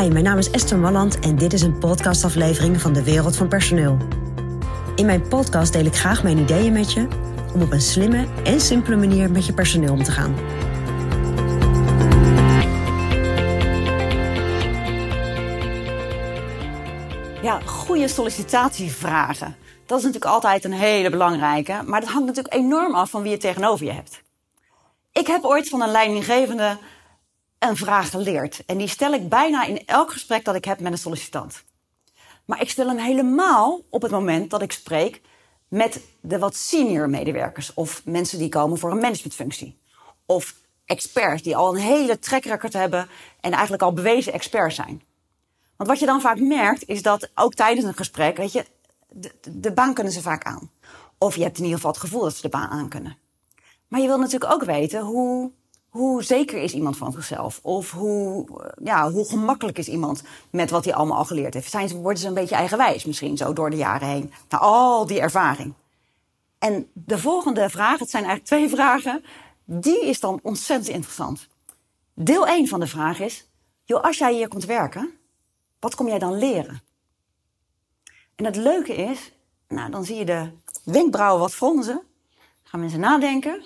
Hi, mijn naam is Esther Malland en dit is een podcastaflevering van De Wereld van Personeel. In mijn podcast deel ik graag mijn ideeën met je om op een slimme en simpele manier met je personeel om te gaan. Ja, goede sollicitatievragen. Dat is natuurlijk altijd een hele belangrijke. Maar dat hangt natuurlijk enorm af van wie je tegenover je hebt. Ik heb ooit van een leidinggevende een vraag geleerd. En die stel ik bijna in elk gesprek dat ik heb met een sollicitant. Maar ik stel hem helemaal op het moment dat ik spreek met de wat senior medewerkers. Of mensen die komen voor een managementfunctie. Of experts die al een hele track record hebben en eigenlijk al bewezen experts zijn. Want wat je dan vaak merkt is dat ook tijdens een gesprek, weet je, de baan kunnen ze vaak aan. Of je hebt in ieder geval het gevoel dat ze de baan aan kunnen. Maar je wil natuurlijk ook weten hoe zeker is iemand van zichzelf. Of hoe gemakkelijk is iemand met wat hij allemaal al geleerd heeft. Worden ze een beetje eigenwijs misschien zo door de jaren heen. Na al die ervaring. En de volgende vraag, het zijn eigenlijk 2 vragen, die is dan ontzettend interessant. Deel 1 van de vraag is, joh, als jij hier komt werken, wat kom jij dan leren? En het leuke is, nou, dan zie je de wenkbrauwen wat fronzen. Gaan mensen nadenken.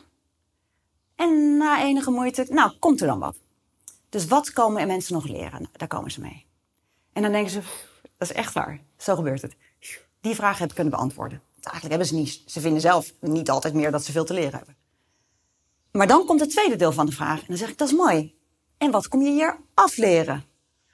En na enige moeite, nou, komt er dan wat. Dus wat komen er mensen nog leren? Nou, daar komen ze mee. En dan denken ze, dat is echt waar. Zo gebeurt het. Die vraag heb ik kunnen beantwoorden. Want eigenlijk hebben ze niet, ze vinden zelf niet altijd meer dat ze veel te leren hebben. Maar dan komt het tweede deel van de vraag. En dan zeg ik, dat is mooi. En wat kom je hier afleren?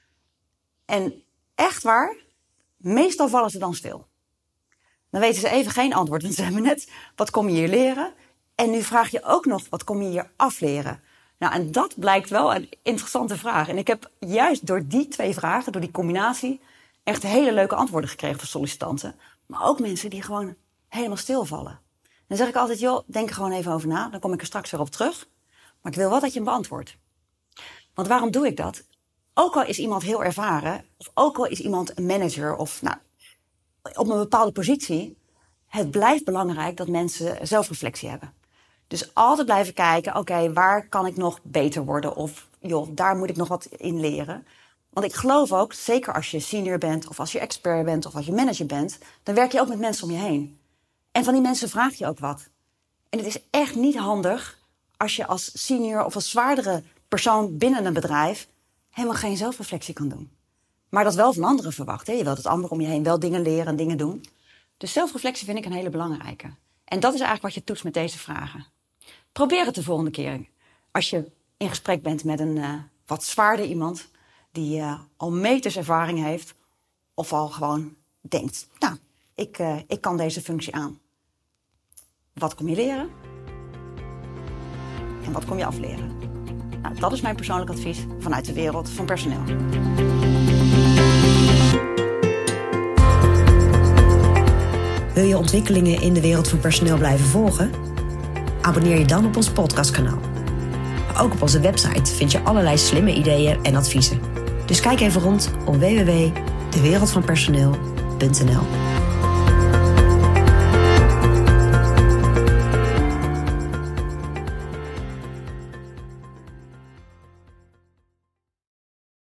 En echt waar, meestal vallen ze dan stil. Dan weten ze even geen antwoord. Want ze hebben net, wat kom je hier leren? En nu vraag je ook nog, wat kom je hier afleren? Nou, en dat blijkt wel een interessante vraag. En ik heb juist door die 2 vragen, door die combinatie, echt hele leuke antwoorden gekregen van sollicitanten. Maar ook mensen die gewoon helemaal stilvallen. Dan zeg ik altijd, joh, denk er gewoon even over na. Dan kom ik er straks weer op terug. Maar ik wil wel dat je hem beantwoordt. Want waarom doe ik dat? Ook al is iemand heel ervaren, of ook al is iemand een manager of op een bepaalde positie, het blijft belangrijk dat mensen zelfreflectie hebben. Dus altijd blijven kijken, oké, waar kan ik nog beter worden? Of joh, daar moet ik nog wat in leren. Want ik geloof ook, zeker als je senior bent, of als je expert bent, of als je manager bent, dan werk je ook met mensen om je heen. En van die mensen vraag je ook wat. En het is echt niet handig als je als senior of als zwaardere persoon binnen een bedrijf helemaal geen zelfreflectie kan doen. Maar dat wel van anderen verwacht. Hè? Je wilt dat anderen om je heen wel dingen leren en dingen doen. Dus zelfreflectie vind ik een hele belangrijke. En dat is eigenlijk wat je toetst met deze vragen. Probeer het de volgende keer. Als je in gesprek bent met een wat zwaarder iemand die al meters ervaring heeft. Of al gewoon denkt, nou, ik kan deze functie aan. Wat kom je leren? En wat kom je afleren? Nou, dat is mijn persoonlijk advies vanuit de wereld van personeel. Wil je ontwikkelingen in de wereld van personeel blijven volgen? Abonneer je dan op ons podcastkanaal. Maar ook op onze website vind je allerlei slimme ideeën en adviezen. Dus kijk even rond op www.dewereldvanpersoneel.nl.